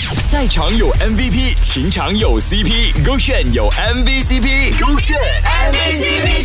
赛场有 MVP， 情场有 CP， 勾选有 MVCp， 勾选 MVCp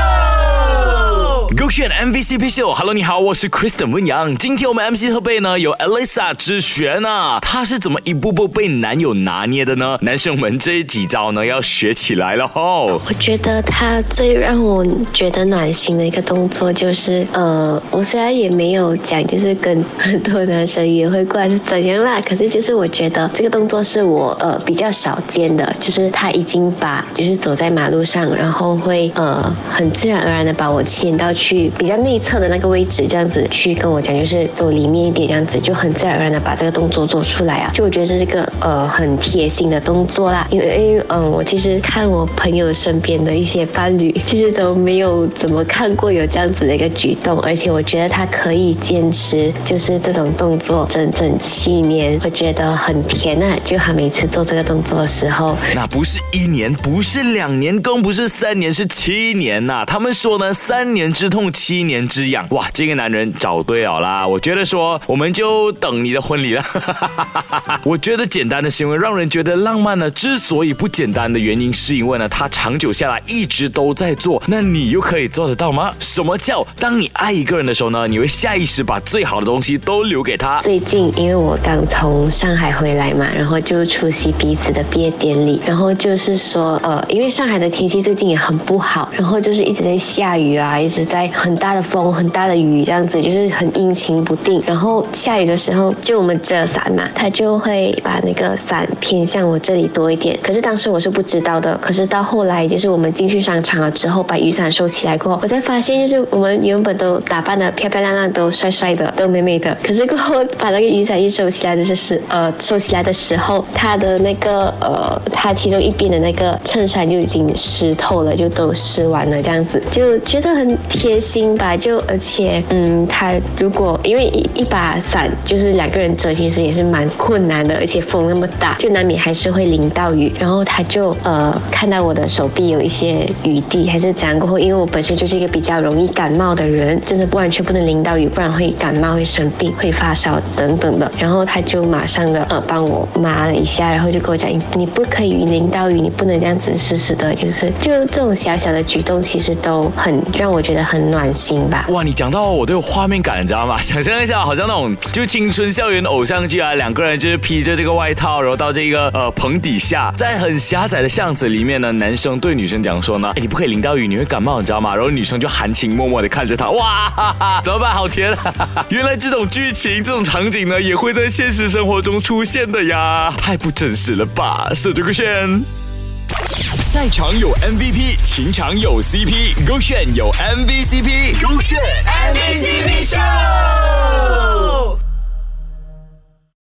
Show， 勾选 MVCp Show。Hello， 你好，我是 Kristen 温阳。今天我们 MC 特备呢有 Alyssa 之璇啊，她是怎么一步步被男友拿捏的呢？男生们这几招呢要学起来了吼。 我觉得他最让我觉得暖心的一个动作就是，我虽然也没有讲，就是跟很多男生约会过来是怎样啦，可是就是我觉得这个动作是我比较少见的，就是他已经就是走在马路上，然后会很自然而然的把我牵到去比较内侧的那个位置，这样子去跟我讲，就是走里面一点，这样子就很自然而然的把这个动作做出来啊，就我觉得这是个很贴心的动作啦，因为我其实看我朋友身边的一些伴侣，其实都没有怎么看过有这样子的一个举动，而且我觉得他可以坚持就是这种动作整整7年，我觉得很甜啊，就他每次做这个动作的时候， 那不是1年，不是2年，更不是3年，是7年呐。他们说呢，3年之痛，7年之痒。哇，这个男人找对了啦！我觉得说，我们就等你的婚礼了。我觉得简单的行为让人觉得浪漫呢，之所以不简单的原因是因为呢，他长久下来一直都在做，那你又可以做得到吗？什么叫当你爱一个人的时候呢，你会下意识把最好的东西都留给他？ 最近因为我刚从上海回来嘛，然后就出席彼此的毕业典礼，然后就是说因为上海的天气最近也很不好，然后就是一直在下雨啊，一直在很大的风很大的雨这样子，就是很阴晴不定，然后下雨的时候就我们遮伞嘛，他就会把那个伞偏向我这里多一点，可是当时我是不知道的，可是到后来就是我们进去商场了之后把雨伞收起来过后，我才发现就是我们原本都打扮得漂漂亮亮，都帅帅的，都美美的，可是过后把那个雨伞一收起来的时候，他的那个他其中一边的那个衬衫就已经湿透了，就都湿完了这样子，就觉得很贴心吧，就而且他如果因为一把伞就是2个人折，其实也是蛮困难的，而且风那么大，就难免还是会淋到雨，然后他就看到我的手臂有一些雨滴还是怎样过后，因为我本身就是一个比较容易感冒的人，真的完全不能淋到雨，不然会感冒会生病会发烧等等的，然后他就马上的帮我抹了一下，然后就跟我讲你不可以淋到雨，你不能这样子湿湿的，就这种小小的举动其实都很让我觉得很暖心吧。 哇，你讲到我都有画面感，你知道吗？想象一下，好像那种就青春校园偶像剧啊，2个人就是披着这个外套，然后到这个棚底下，在很狭窄的巷子里面呢，男生对女生讲说呢，你不可以淋到雨，你会感冒，你知道吗？然后女生就含情脉脉的看着他，哇哈哈，怎么办？好甜啊！原来这种剧情、这种场景呢，也会在现实生活中出现的呀，太不真实了吧？是这个选。赛场有 MVP， 情场有 CP， 勾选有 MVCp， 勾选 MVCp